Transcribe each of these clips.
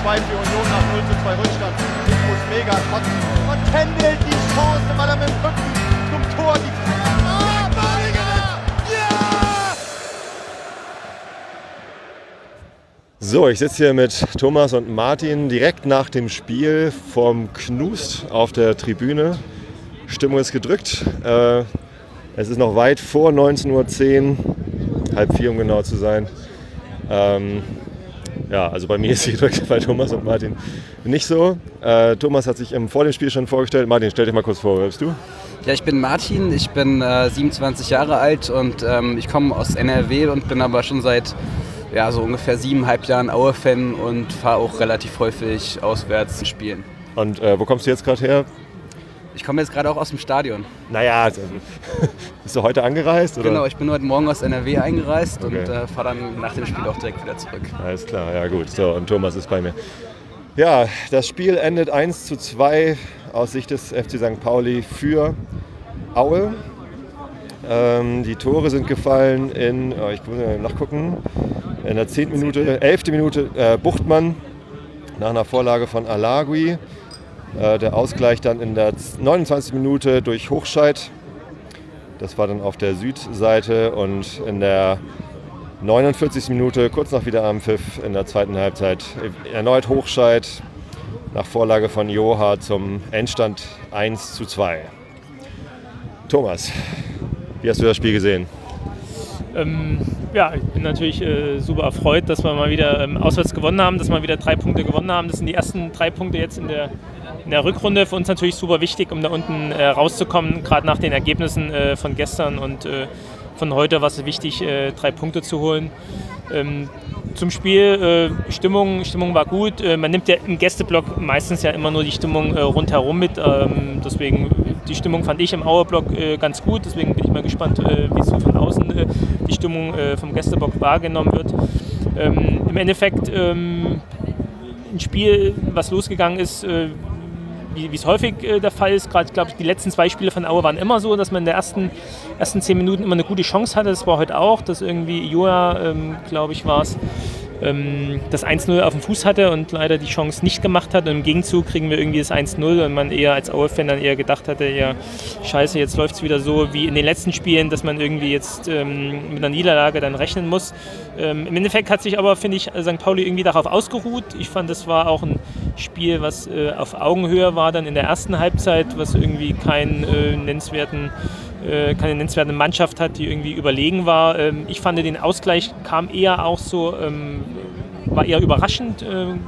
2 für Union nach 0:2 Rückstand. Nikus mega trotzen und Kendall die Chance, weil er mit dem Rücken zum Tor die So, ich sitze hier mit Thomas und Martin direkt nach dem Spiel vom Knust auf der Tribüne. Stimmung ist gedrückt. Es ist noch weit vor 19:10 Uhr, 3:30 um genau zu sein. Also bei mir ist sie gedrückt, bei Thomas und Martin nicht so. Thomas hat sich vor dem Spiel schon vorgestellt. Martin, stell dich mal kurz vor, wer bist du? Ja, ich bin Martin, ich bin 27 Jahre alt und ich komme aus NRW und bin aber schon seit so ungefähr 7,5 Jahren Aue-Fan und fahre auch relativ häufig auswärts spielen. Und wo kommst du jetzt gerade her? Ich komme jetzt gerade auch aus dem Stadion. Naja, bist du heute angereist? Oder? Genau, ich bin heute Morgen aus NRW eingereist und fahre dann nach dem Spiel auch direkt wieder zurück. Alles klar, ja gut. So, und Thomas ist bei mir. Ja, das Spiel endet 1:2 aus Sicht des FC St. Pauli für Aue. Die Tore sind gefallen ich muss mal nachgucken, in der 11. Minute Buchtmann nach einer Vorlage von Alagui. Der Ausgleich dann in der 29. Minute durch Hochscheid. Das war dann auf der Südseite und in der 49. Minute, kurz nach Wiederanpfiff in der zweiten Halbzeit, erneut Hochscheid nach Vorlage von Joha zum Endstand 1:2. Thomas, wie hast du das Spiel gesehen? Ich bin natürlich super erfreut, dass wir mal wieder auswärts gewonnen haben, dass wir wieder 3 Punkte gewonnen haben. Das sind die ersten 3 Punkte jetzt in der Rückrunde. Für uns natürlich super wichtig, um da unten rauszukommen, gerade nach den Ergebnissen von gestern und von heute war es wichtig, 3 Punkte zu holen. Zum Spiel, Stimmung war gut. Man nimmt ja im Gästeblock meistens ja immer nur die Stimmung rundherum mit. Deswegen, die Stimmung fand ich im Aue-Block ganz gut. Deswegen bin ich mal gespannt, wie so von außen die Stimmung vom Gästeblock wahrgenommen wird. Im Endeffekt ein Spiel, was losgegangen ist, wie es häufig der Fall ist. Gerade, glaube ich, die letzten 2 Spiele von Aue waren immer so, dass man in den ersten 10 Minuten immer eine gute Chance hatte. Das war heute auch, dass irgendwie Joa, glaube ich, war es, das 1:0 auf dem Fuß hatte und leider die Chance nicht gemacht hat. Und im Gegenzug kriegen wir irgendwie das 1:0 und man eher als Aue-Fan dann eher gedacht hatte, ja, scheiße, jetzt läuft es wieder so wie in den letzten Spielen, dass man irgendwie jetzt mit einer Niederlage dann rechnen muss. Im Endeffekt hat sich aber, finde ich, St. Pauli irgendwie darauf ausgeruht. Ich fand, das war auch ein Spiel, was auf Augenhöhe war dann in der ersten Halbzeit, was irgendwie keine nennenswerte Mannschaft hat, die irgendwie überlegen war. Ich fand, den Ausgleich kam eher auch so, war eher überraschend,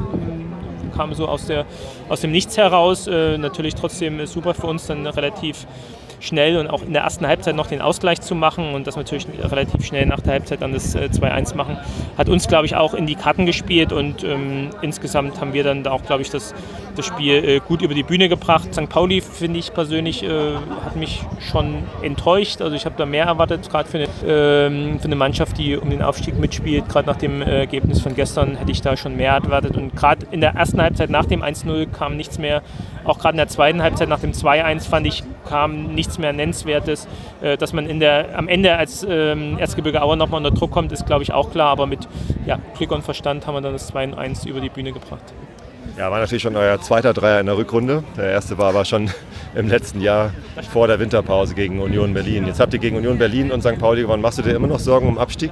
kam so aus dem Nichts heraus. Natürlich trotzdem super für uns, dann relativ schnell und auch in der ersten Halbzeit noch den Ausgleich zu machen und das natürlich relativ schnell nach der Halbzeit dann das 2:1 machen, hat uns, glaube ich, auch in die Karten gespielt und insgesamt haben wir dann auch, glaube ich, das Spiel gut über die Bühne gebracht. St. Pauli, finde ich persönlich, hat mich schon enttäuscht. Also ich habe da mehr erwartet, gerade für eine Mannschaft, die um den Aufstieg mitspielt. Gerade nach dem Ergebnis von gestern hätte ich da schon mehr erwartet und gerade in der ersten Halbzeit nach dem 1:0 kam nichts mehr. Auch gerade in der zweiten Halbzeit nach dem 2:1 fand ich, kam nichts mehr Nennenswertes. Dass man am Ende als Erzgebirge Aue nochmal unter Druck kommt, ist, glaube ich, auch klar. Aber mit Glück und Verstand haben wir dann das 2:1 über die Bühne gebracht. Ja, war natürlich schon euer zweiter Dreier in der Rückrunde. Der erste war aber schon im letzten Jahr vor der Winterpause gegen Union Berlin. Jetzt habt ihr gegen Union Berlin und St. Pauli gewonnen. Machst du dir immer noch Sorgen um Abstieg?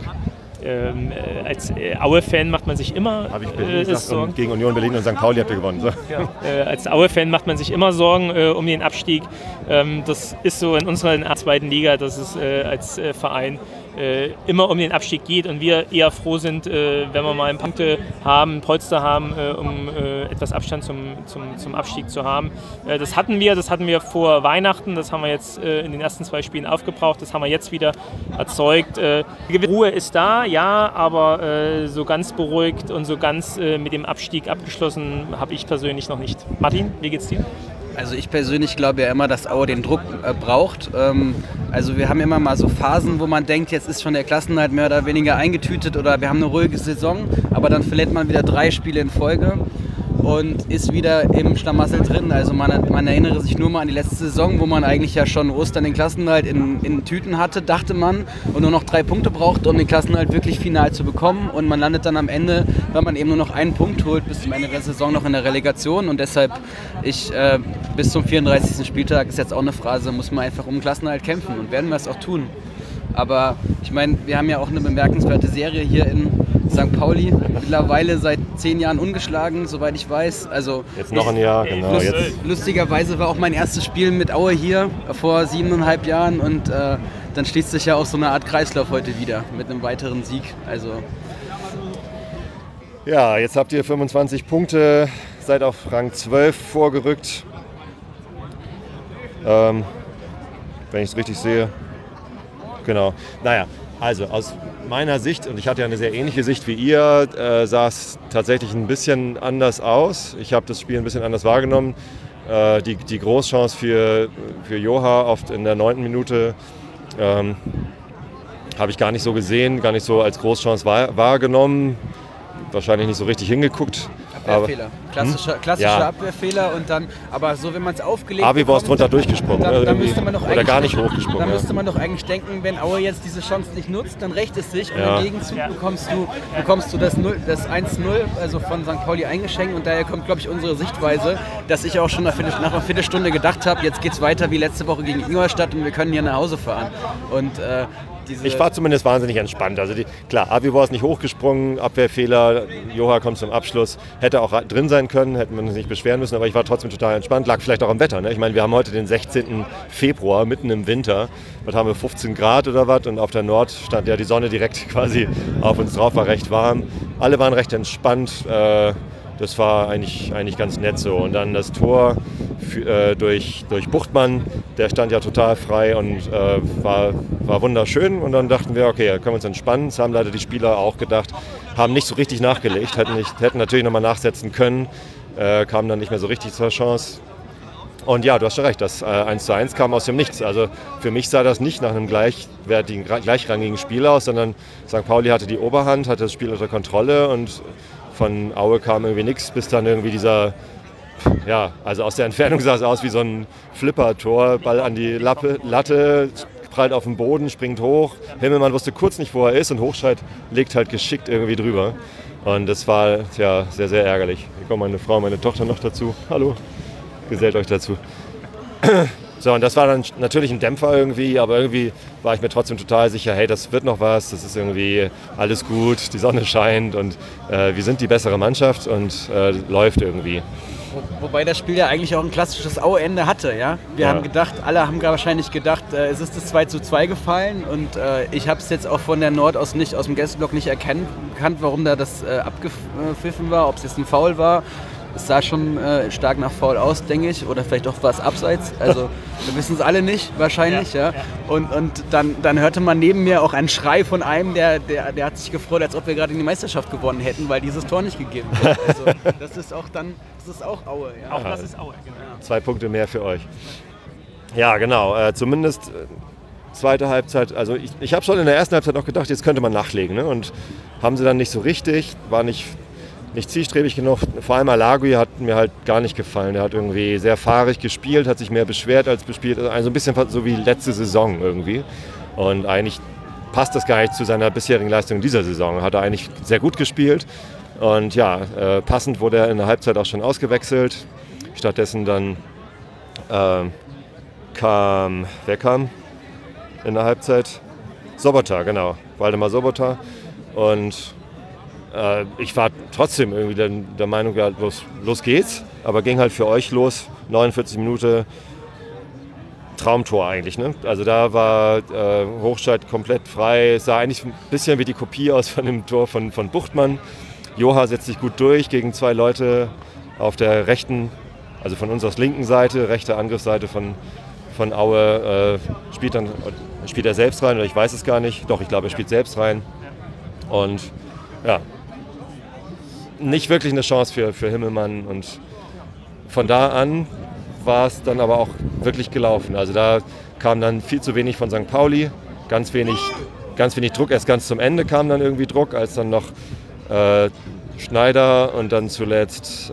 Als Aue-Fan macht man sich immer Sorgen. Gegen Union Berlin und St. Pauli habt ihr gewonnen. So. Ja. Als Aue-Fan macht man sich immer Sorgen um den Abstieg. Das ist so in unserer zweiten Liga, dass es als Verein immer um den Abstieg geht und wir eher froh sind, wenn wir mal ein Punkte haben, ein Polster haben, um etwas Abstand zum Abstieg zu haben. Das hatten wir vor Weihnachten, das haben wir jetzt in den ersten 2 Spielen aufgebraucht, das haben wir jetzt wieder erzeugt. Die Ruhe ist da, ja, aber so ganz beruhigt und so ganz mit dem Abstieg abgeschlossen habe ich persönlich noch nicht. Martin, wie geht's dir? Also ich persönlich glaube ja immer, dass Aue den Druck braucht. Also wir haben immer mal so Phasen, wo man denkt, jetzt ist schon der Klassenerhalt mehr oder weniger eingetütet oder wir haben eine ruhige Saison, aber dann verliert man wieder 3 Spiele in Folge. und ist wieder im Schlamassel drin. Also man erinnere sich nur mal an die letzte Saison, wo man eigentlich ja schon Ostern den Klassenerhalt in Tüten hatte, dachte man, und nur noch 3 Punkte brauchte, um den Klassenerhalt wirklich final zu bekommen. Und man landet dann am Ende, weil man eben nur noch 1 Punkt holt, bis zum Ende der Saison noch in der Relegation. Und deshalb, bis zum 34. Spieltag ist jetzt auch eine Phrase, muss man einfach um den Klassenerhalt kämpfen und werden wir es auch tun. Aber ich meine, wir haben ja auch eine bemerkenswerte Serie hier in St. Pauli, mittlerweile seit 10 Jahren ungeschlagen, soweit ich weiß. Also jetzt noch ein Jahr, genau. Lustigerweise war auch mein erstes Spiel mit Aue hier vor 7,5 Jahren und dann schließt sich ja auch so eine Art Kreislauf heute wieder mit einem weiteren Sieg. Also ja, jetzt habt ihr 25 Punkte, seid auf Rang 12 vorgerückt. Wenn ich es richtig sehe. Genau. Naja, also aus meiner Sicht, und ich hatte ja eine sehr ähnliche Sicht wie ihr, sah es tatsächlich ein bisschen anders aus. Ich habe das Spiel ein bisschen anders wahrgenommen. Die Großchance für Joha oft in der 9. Minute habe ich gar nicht so gesehen, gar nicht so als Großchance wahrgenommen. Wahrscheinlich nicht so richtig hingeguckt. Abwehrfehler. Klassischer Abwehrfehler und dann, aber so wenn man es aufgelegt Abi war es drunter durchgesprungen. Dann müsste man doch oder gar nicht hochgesprungen. Dann müsste man doch eigentlich denken, wenn Aue jetzt diese Chance nicht nutzt, dann rächt es sich und im Gegenzug bekommst du das 1-0, also von St. Pauli eingeschenkt und daher kommt, glaube ich, unsere Sichtweise, dass ich auch schon nach einer Viertelstunde gedacht habe, jetzt geht's weiter wie letzte Woche gegen Ingolstadt und wir können hier nach Hause fahren. Und ich war zumindest wahnsinnig entspannt. Also klar, Abibor ist nicht hochgesprungen, Abwehrfehler, Joha kommt zum Abschluss. Hätte auch drin sein können, hätten wir uns nicht beschweren müssen, aber ich war trotzdem total entspannt. Lag vielleicht auch am Wetter. Ne? Ich meine, wir haben heute den 16. Februar, mitten im Winter. Dort haben wir 15 Grad oder was und auf der Nord stand ja die Sonne direkt quasi auf uns drauf, war recht warm. Alle waren recht entspannt. Das war eigentlich ganz nett so. Und dann das Tor durch Buchtmann, der stand ja total frei und war wunderschön. Und dann dachten wir, okay, da können wir uns entspannen. Das haben leider die Spieler auch gedacht, haben nicht so richtig nachgelegt, hätten natürlich nochmal nachsetzen können, kamen dann nicht mehr so richtig zur Chance. Und ja, du hast schon recht, das 1:1 kam aus dem Nichts. Also für mich sah das nicht nach einem gleichrangigen Spiel aus, sondern St. Pauli hatte die Oberhand, hatte das Spiel unter Kontrolle und von Aue kam irgendwie nichts, bis dann irgendwie also aus der Entfernung sah es aus wie so ein Flipper-Tor, Ball an die Latte, prallt auf den Boden, springt hoch. Himmelmann wusste kurz nicht, wo er ist und Hochscheid legt halt geschickt irgendwie drüber. Und das war sehr, sehr ärgerlich. Hier kommen meine Frau und meine Tochter noch dazu. Hallo, gesellt euch dazu. So, und das war dann natürlich ein Dämpfer irgendwie, aber irgendwie war ich mir trotzdem total sicher, hey, das wird noch was, das ist irgendwie alles gut, die Sonne scheint und wir sind die bessere Mannschaft und läuft irgendwie. Wobei das Spiel ja eigentlich auch ein klassisches Aue-Ende hatte, ja. Alle haben wahrscheinlich gedacht, es ist das 2:2 gefallen und ich habe es jetzt auch von der Nord aus nicht, aus dem Gästeblock nicht erkannt, warum da das abgepfiffen war, ob es jetzt ein Foul war. Es sah schon stark nach Foul aus, denke ich, oder vielleicht auch was abseits. Also wir wissen es alle nicht, wahrscheinlich. Ja. Und dann hörte man neben mir auch einen Schrei von einem, der hat sich gefreut, als ob wir gerade die Meisterschaft gewonnen hätten, weil dieses Tor nicht gegeben wird. Also das ist auch Aue. Ja. Auch das ist Aue, genau. 2 Punkte mehr für euch. Ja, genau. Zumindest zweite Halbzeit. Also ich habe schon in der ersten Halbzeit auch gedacht, jetzt könnte man nachlegen. Ne? Und haben sie dann nicht so richtig, war nicht zielstrebig genug. Vor allem Alagui hat mir halt gar nicht gefallen. Er hat irgendwie sehr fahrig gespielt, hat sich mehr beschwert als bespielt. Also ein bisschen so wie letzte Saison irgendwie. Und eigentlich passt das gar nicht zu seiner bisherigen Leistung in dieser Saison. Hat er eigentlich sehr gut gespielt. Und ja, passend wurde er in der Halbzeit auch schon ausgewechselt. Stattdessen dann kam in der Halbzeit? Sobota, genau. Waldemar Sobota. Und ich war trotzdem irgendwie der Meinung, ja, los geht's. Aber ging halt für euch los. 49 Minuten Traumtor eigentlich. Ne? Also da war Hochscheid komplett frei. Es sah eigentlich ein bisschen wie die Kopie aus von dem Tor von Buchtmann. Joha setzt sich gut durch gegen 2 Leute auf der rechten, also von uns aus linken Seite, rechte Angriffsseite von Aue. Spielt er selbst rein oder ich weiß es gar nicht. Doch, ich glaube, er spielt selbst rein. Und ja, nicht wirklich eine Chance für Himmelmann. Und von da an war es dann aber auch wirklich gelaufen. Also da kam dann viel zu wenig von St. Pauli, ganz wenig Druck. Erst ganz zum Ende kam dann irgendwie Druck, als dann noch Schneider und dann zuletzt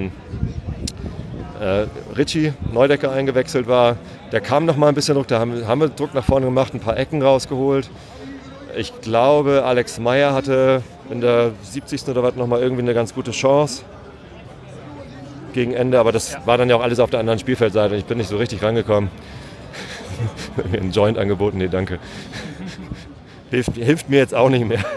Richie Neudecker eingewechselt war. Der kam noch mal ein bisschen Druck, da haben wir Druck nach vorne gemacht, ein paar Ecken rausgeholt. Ich glaube, Alex Meyer hatte in der 70. oder was noch mal irgendwie eine ganz gute Chance gegen Ende, aber das war dann ja auch alles auf der anderen Spielfeldseite. Ich bin nicht so richtig rangekommen. Mir einen Joint angeboten, nee, danke. Hilft mir jetzt auch nicht mehr.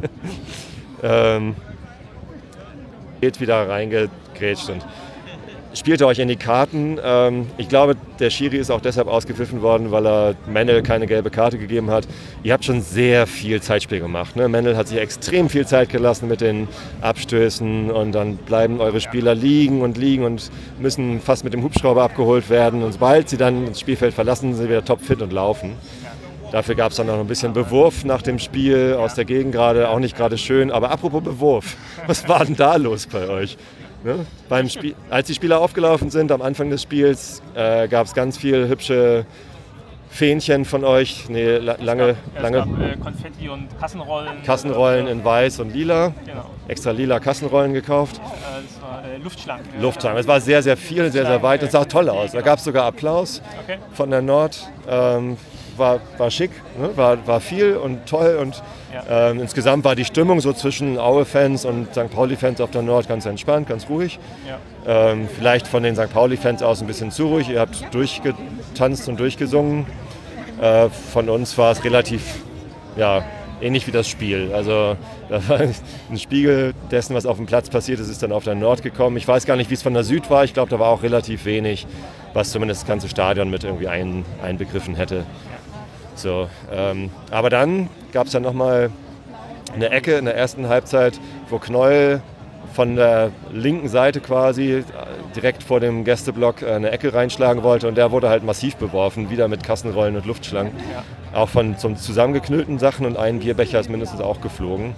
Geht wieder reingegrätscht und spielte euch in die Karten. Ich glaube, der Schiri ist auch deshalb ausgepfiffen worden, weil er Mennel keine gelbe Karte gegeben hat. Ihr habt schon sehr viel Zeitspiel gemacht. Ne? Mennel hat sich extrem viel Zeit gelassen mit den Abstößen und dann bleiben eure Spieler liegen und müssen fast mit dem Hubschrauber abgeholt werden. Und sobald sie dann das Spielfeld verlassen, sind sie wieder topfit und laufen. Dafür gab es dann noch ein bisschen Bewurf nach dem Spiel aus der Gegend gerade, auch nicht gerade schön. Aber apropos Bewurf, was war denn da los bei euch? Ne? Beim Spiel, als die Spieler aufgelaufen sind am Anfang des Spiels, gab es ganz viel hübsche Fähnchen von euch. Nee, lange Konfetti und Kassenrollen. Kassenrollen in weiß und lila. Genau. Extra lila Kassenrollen gekauft. Das war Luftschlangen. Luftschlangen. Es war sehr, sehr viel, sehr, sehr weit. Es sah toll aus. Da gab es sogar Applaus von der Nord. War schick, ne? war viel und toll und insgesamt war die Stimmung so zwischen Aue-Fans und St. Pauli-Fans auf der Nord ganz entspannt, ganz ruhig. Ja. Vielleicht von den St. Pauli-Fans aus ein bisschen zu ruhig. Ihr habt durchgetanzt und durchgesungen. Von uns war es relativ ähnlich wie das Spiel. Also da war ein Spiegel dessen, was auf dem Platz passiert ist dann auf der Nord gekommen. Ich weiß gar nicht, wie es von der Süd war. Ich glaube, da war auch relativ wenig, was zumindest das ganze Stadion mit irgendwie einbegriffen hätte. So, aber dann gab es nochmal eine Ecke in der ersten Halbzeit, wo Knoll von der linken Seite quasi direkt vor dem Gästeblock eine Ecke reinschlagen wollte und der wurde halt massiv beworfen, wieder mit Kassenrollen und Luftschlangen. Ja. Auch von zum zusammengeknüllten Sachen und ein Bierbecher ist mindestens auch geflogen.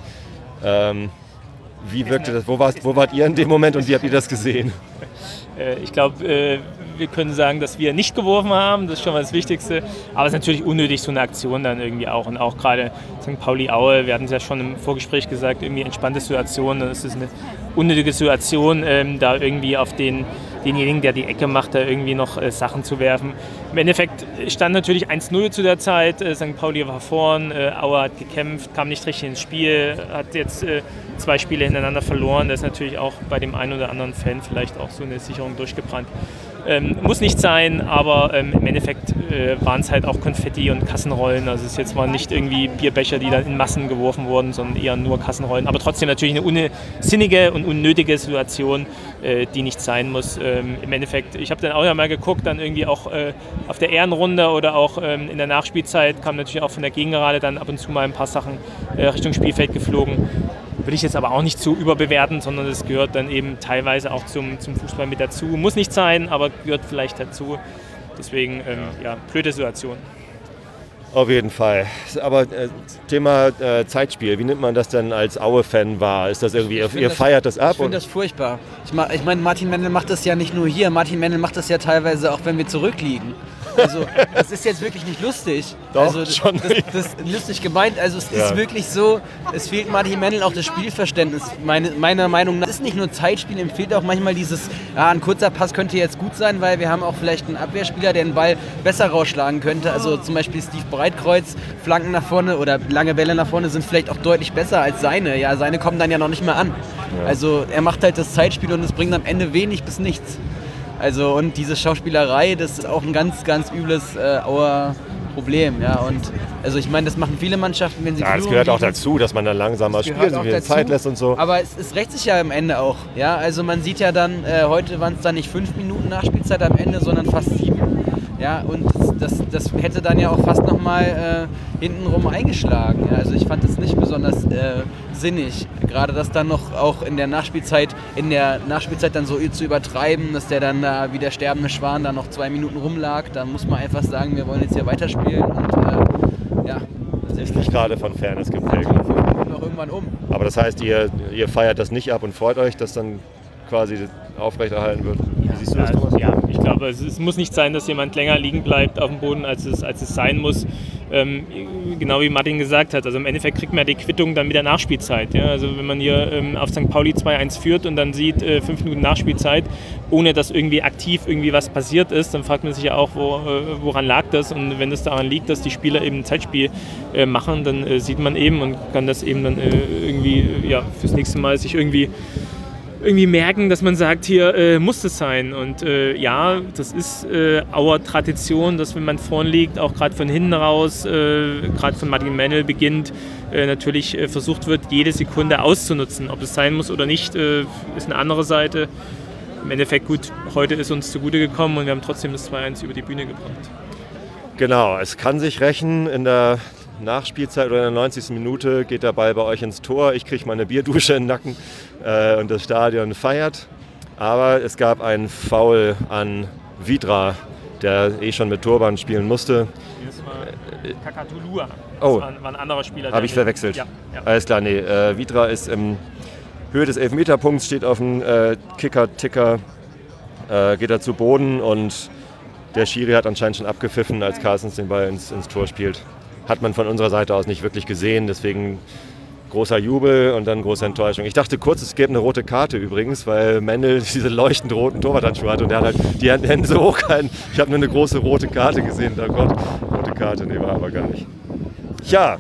Wie wirkte das? Wo wart ihr in dem Moment und wie habt ihr das gesehen? Ich glaube, wir können sagen, dass wir nicht geworfen haben, das ist schon mal das Wichtigste. Aber es ist natürlich unnötig, so eine Aktion dann irgendwie auch. Und auch gerade St. Pauli-Aue, wir hatten es ja schon im Vorgespräch gesagt, irgendwie entspannte Situation. Dann ist es eine unnötige Situation, da irgendwie auf denjenigen, der die Ecke macht, da irgendwie noch Sachen zu werfen. Im Endeffekt stand natürlich 1-0 zu der Zeit. St. Pauli war vorn, Aue hat gekämpft, kam nicht richtig ins Spiel, hat jetzt 2 Spiele hintereinander verloren. Da ist natürlich auch bei dem einen oder anderen Fan vielleicht auch so eine Sicherung durchgebrannt. Muss nicht sein, aber im Endeffekt waren es halt auch Konfetti und Kassenrollen. Also es jetzt waren nicht irgendwie Bierbecher, die dann in Massen geworfen wurden, sondern eher nur Kassenrollen. Aber trotzdem natürlich eine unsinnige und unnötige Situation, die nicht sein muss. Im Endeffekt, ich habe dann auch mal geguckt, dann irgendwie auch auf der Ehrenrunde oder auch in der Nachspielzeit kam natürlich auch von der Gegengerade dann ab und zu mal ein paar Sachen Richtung Spielfeld geflogen. Würde ich jetzt aber auch nicht zu überbewerten, sondern es gehört dann eben teilweise auch zum Fußball mit dazu. Muss nicht sein, aber gehört vielleicht dazu. Deswegen, blöde Situation. Auf jeden Fall. Aber Thema Zeitspiel, wie nimmt man das denn als Aue-Fan wahr? Ist das irgendwie, ihr feiert das ab? Ich finde das furchtbar. Ich meine, Martin Mennel macht das ja nicht nur hier, Martin Mennel macht das ja teilweise auch, wenn wir zurückliegen. Also das ist jetzt wirklich nicht lustig. Doch, also, schon. Das ist lustig gemeint. Also es ist wirklich so, es fehlt Martin Mennel auch das Spielverständnis. Meiner Meinung nach ist nicht nur Zeitspiel, ihm fehlt auch manchmal dieses, ein kurzer Pass könnte jetzt gut sein, weil wir haben auch vielleicht einen Abwehrspieler, der den Ball besser rausschlagen könnte. Also zum Beispiel Steve Breitkreuz, Flanken nach vorne oder lange Bälle nach vorne sind vielleicht auch deutlich besser als seine. Ja, seine kommen dann ja noch nicht mehr an. Ja. Also er macht halt das Zeitspiel und es bringt am Ende wenig bis nichts. Also und diese Schauspielerei, das ist auch ein ganz, ganz übles Auer Problem. Ja. Und also ich meine, das machen viele Mannschaften, wenn sie das gehört auch dazu, dass man dann langsamer spielt, so viel Zeit lässt und so. Aber es rächt sich ja am Ende auch. Ja. Also man sieht ja dann, heute waren es dann nicht 5 Minuten Nachspielzeit am Ende, sondern fast 7. Ja, und das hätte dann ja auch fast nochmal hintenrum eingeschlagen. Ja. Also ich fand das nicht besonders sinnig. Gerade das dann noch auch in der Nachspielzeit dann so zu übertreiben, dass der dann da wie der sterbende Schwan da noch 2 Minuten rumlag. Da muss man einfach sagen, wir wollen jetzt hier weiterspielen. Und das ist nicht gerade von Fairness geprägt. Noch irgendwann um. Aber das heißt, ihr feiert das nicht ab und freut euch, dass dann quasi aufrechterhalten wird. Wie siehst du das, Thomas? Ja, ich glaube, es muss nicht sein, dass jemand länger liegen bleibt auf dem Boden, als es sein muss. Genau wie Martin gesagt hat, also im Endeffekt kriegt man ja die Quittung dann mit der Nachspielzeit. Ja? Also wenn man hier auf St. Pauli 2-1 führt und dann sieht 5 Minuten Nachspielzeit, ohne dass irgendwie aktiv irgendwie was passiert ist, dann fragt man sich ja auch, woran lag das? Und wenn es daran liegt, dass die Spieler eben ein Zeitspiel machen, dann sieht man eben und kann das eben dann irgendwie fürs nächste Mal sich irgendwie merken, dass man sagt, hier muss es sein. Und das ist Auer Tradition, dass wenn man vorn liegt, auch gerade von hinten raus, gerade von Martin Mennel beginnt, natürlich versucht wird, jede Sekunde auszunutzen. Ob es sein muss oder nicht, ist eine andere Seite. Im Endeffekt gut, heute ist uns zugute gekommen und wir haben trotzdem das 2-1 über die Bühne gebracht. Genau, es kann sich rächen. In der Nachspielzeit oder in der 90. Minute geht der Ball bei euch ins Tor. Ich kriege meine Bierdusche in den Nacken und das Stadion feiert. Aber es gab einen Foul an Vidra, der schon mit Turban spielen musste. Das war Kakatulua. Oh, war ein anderer Spieler. habe ich verwechselt. Ja. Alles klar, nee. Vidra ist in Höhe des Elfmeterpunkts, steht auf dem Kicker-Ticker, geht er zu Boden und der Schiri hat anscheinend schon abgepfiffen, als Carstens den Ball ins Tor spielt. Hat man von unserer Seite aus nicht wirklich gesehen, deswegen großer Jubel und dann große Enttäuschung. Ich dachte kurz, es gäbe eine rote Karte übrigens, weil Mendel diese leuchtend roten Torwarthandschuhe hat und der hat halt die Hände so hoch gehalten. Ich habe nur eine große rote Karte gesehen. Oh Gott, rote Karte, nee, war aber gar nicht. Ja,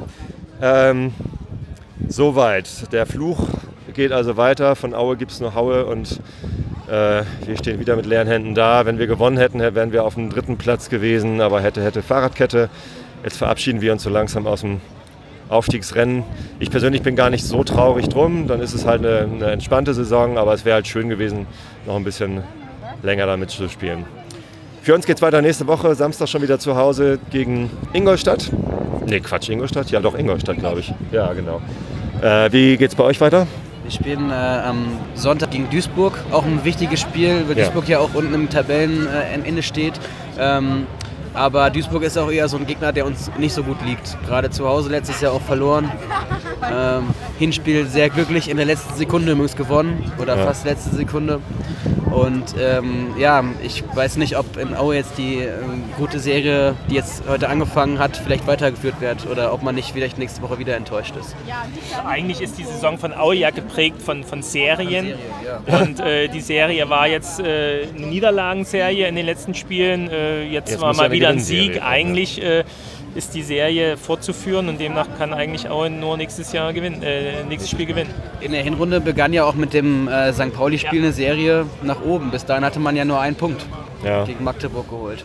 soweit. Der Fluch geht also weiter. Von Aue gibt es nur Haue und wir stehen wieder mit leeren Händen da. Wenn wir gewonnen hätten, wären wir auf dem 3. Platz gewesen, aber hätte Fahrradkette. Jetzt verabschieden wir uns so langsam aus dem Aufstiegsrennen. Ich persönlich bin gar nicht so traurig drum. Dann ist es halt eine entspannte Saison, aber es wäre halt schön gewesen, noch ein bisschen länger damit zu spielen. Für uns geht es weiter nächste Woche, Samstag schon wieder zu Hause gegen Ingolstadt. Nee, Quatsch, Ingolstadt? Ja, doch, Ingolstadt, glaube ich. Ja, genau. Wie geht's bei euch weiter? Wir spielen am Sonntag gegen Duisburg, auch ein wichtiges Spiel, weil Duisburg ja auch unten im Tabellenende steht. Aber Duisburg ist auch eher so ein Gegner, der uns nicht so gut liegt. Gerade zu Hause letztes Jahr auch verloren. Hinspiel sehr glücklich, in der letzten Sekunde übrigens gewonnen oder fast letzte Sekunde. Und ich weiß nicht, ob in Aue jetzt die gute Serie, die jetzt heute angefangen hat, vielleicht weitergeführt wird oder ob man nicht vielleicht nächste Woche wieder enttäuscht ist. Eigentlich ist die Saison von Aue ja geprägt von Serien. Und die Serie war jetzt eine Niederlagenserie in den letzten Spielen. Jetzt war mal wieder ein Sieg. Eigentlich ist die Serie fortzuführen und demnach kann eigentlich Aue nur nächstes Spiel gewinnen. In der Hinrunde begann ja auch mit dem St. Pauli-Spiel eine Serie nach oben. Bis dahin hatte man ja nur einen Punkt gegen Magdeburg geholt.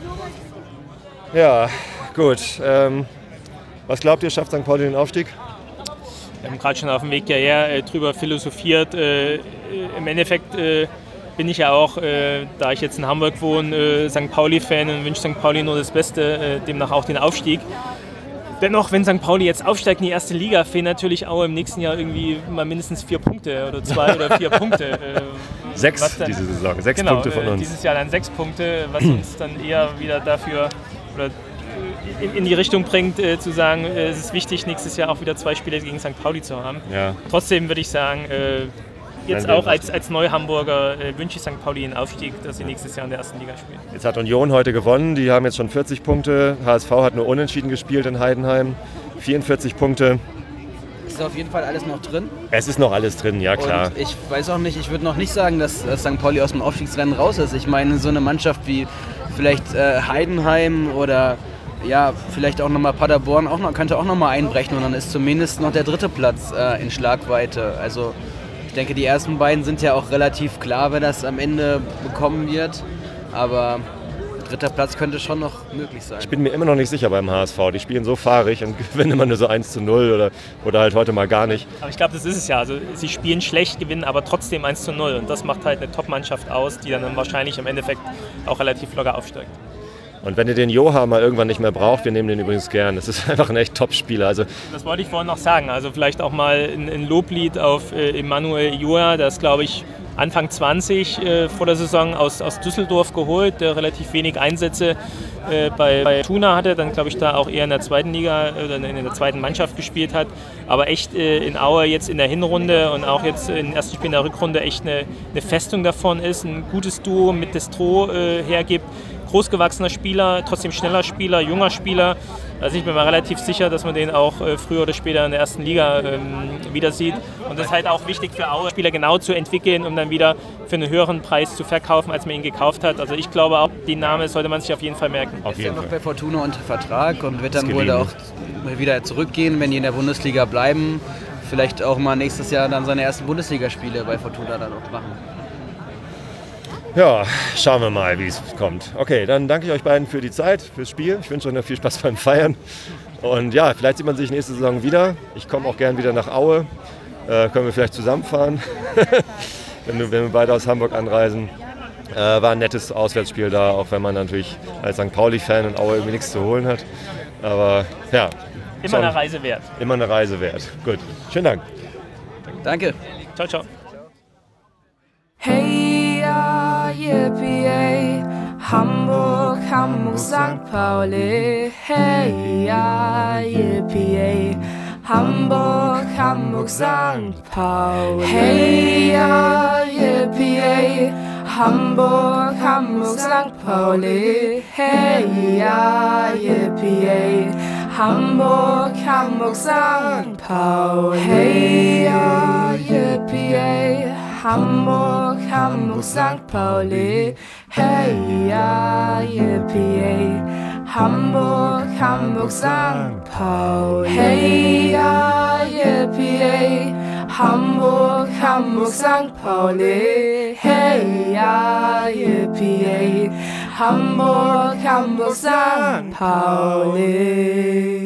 Ja, gut. Was glaubt ihr, schafft St. Pauli den Aufstieg? Wir haben gerade schon auf dem Weg hierher drüber philosophiert. Im Endeffekt bin ich ja auch, da ich jetzt in Hamburg wohne, St. Pauli-Fan und wünsche St. Pauli nur das Beste, demnach auch den Aufstieg. Dennoch, wenn St. Pauli jetzt aufsteigt in die erste Liga, fehlen natürlich Aue im nächsten Jahr irgendwie mal mindestens 4 Punkte oder 2 oder 4 Punkte. 6 diese Saison, 6 Punkte von uns. Dieses Jahr dann 6 Punkte, was uns dann eher wieder dafür oder in die Richtung bringt, zu sagen, es ist wichtig, nächstes Jahr auch wieder 2 Spiele gegen St. Pauli zu haben. Ja. Trotzdem würde ich sagen, jetzt auch als Neuhamburger wünsche ich St. Pauli einen Aufstieg, dass sie nächstes Jahr in der ersten Liga spielen. Jetzt hat Union heute gewonnen, die haben jetzt schon 40 Punkte. HSV hat nur unentschieden gespielt in Heidenheim, 44 Punkte. Ist auf jeden Fall alles noch drin? Es ist noch alles drin, ja klar. Und ich weiß auch nicht, ich würde noch nicht sagen, dass St. Pauli aus dem Aufstiegsrennen raus ist. Ich meine, so eine Mannschaft wie vielleicht Heidenheim oder vielleicht auch nochmal Paderborn könnte auch nochmal einbrechen und dann ist zumindest noch der 3. Platz in Schlagweite. Also ich denke, die ersten beiden sind ja auch relativ klar, wer das am Ende bekommen wird. Aber 3. Platz könnte schon noch möglich sein. Ich bin mir immer noch nicht sicher beim HSV. Die spielen so fahrig und gewinnen immer nur so 1-0 oder halt heute mal gar nicht. Aber ich glaube, das ist es ja. Also sie spielen schlecht, gewinnen aber trotzdem 1-0. Und das macht halt eine Top-Mannschaft aus, die dann wahrscheinlich im Endeffekt auch relativ locker aufsteigt. Und wenn ihr den Joha mal irgendwann nicht mehr braucht, wir nehmen den übrigens gern. Das ist einfach ein echt Top-Spieler. Also das wollte ich vorhin noch sagen. Also vielleicht auch mal ein Loblied auf Emmanuel Joha. Das ist, glaube ich, Anfang 20 vor der Saison aus Düsseldorf geholt, der relativ wenig Einsätze bei Fortuna hatte, dann glaube ich da auch eher in der zweiten Liga oder in der zweiten Mannschaft gespielt hat, aber echt in Aue jetzt in der Hinrunde und auch jetzt in den ersten Spielen der Rückrunde echt eine Festung davon ist, ein gutes Duo mit Destro hergibt. Großgewachsener Spieler, trotzdem schneller Spieler, junger Spieler. Also ich bin mir relativ sicher, dass man den auch früher oder später in der ersten Liga wieder sieht. Und das ist halt auch wichtig für Aue, Spieler genau zu entwickeln, um dann wieder für einen höheren Preis zu verkaufen, als man ihn gekauft hat. Also ich glaube auch, den Namen sollte man sich auf jeden Fall merken. Ist ja noch bei Fortuna unter Vertrag und wird dann wohl auch wieder zurückgehen, wenn die in der Bundesliga bleiben. Vielleicht auch mal nächstes Jahr dann seine ersten Bundesligaspiele bei Fortuna dann auch machen. Ja, schauen wir mal, wie es kommt. Okay, dann danke ich euch beiden für die Zeit, fürs Spiel. Ich wünsche euch noch viel Spaß beim Feiern. Und ja, vielleicht sieht man sich nächste Saison wieder. Ich komme auch gern wieder nach Aue. Können wir vielleicht zusammenfahren, wenn wir beide aus Hamburg anreisen. War ein nettes Auswärtsspiel da, auch wenn man natürlich als St. Pauli-Fan in Aue irgendwie nichts zu holen hat. Aber ja. Immer eine Reise wert. Immer eine Reise wert. Gut, schönen Dank. Danke. Ciao, ciao. Hey, ja, yippie, Hamburg, Hamburg, St. Pauli. Hey, ja, yippie, Hamburg, Hamburg, St. Pauli. Hey, ja, yippie, Hamburg, Hamburg, St. Pauli. Hey, ja, yippie, Hamburg, Hamburg, St. Pauli. Hey, ja, yippie, Hamburg, Hamburg, St. Pauli. Hey, ja, yippie, Hamburg, Hamburg, St. Pauli. Hey, ja, yippie, Hamburg, Hamburg, St. Pauli. Hey, ja, yippie, Hamburg, Hamburg, St. Pauli.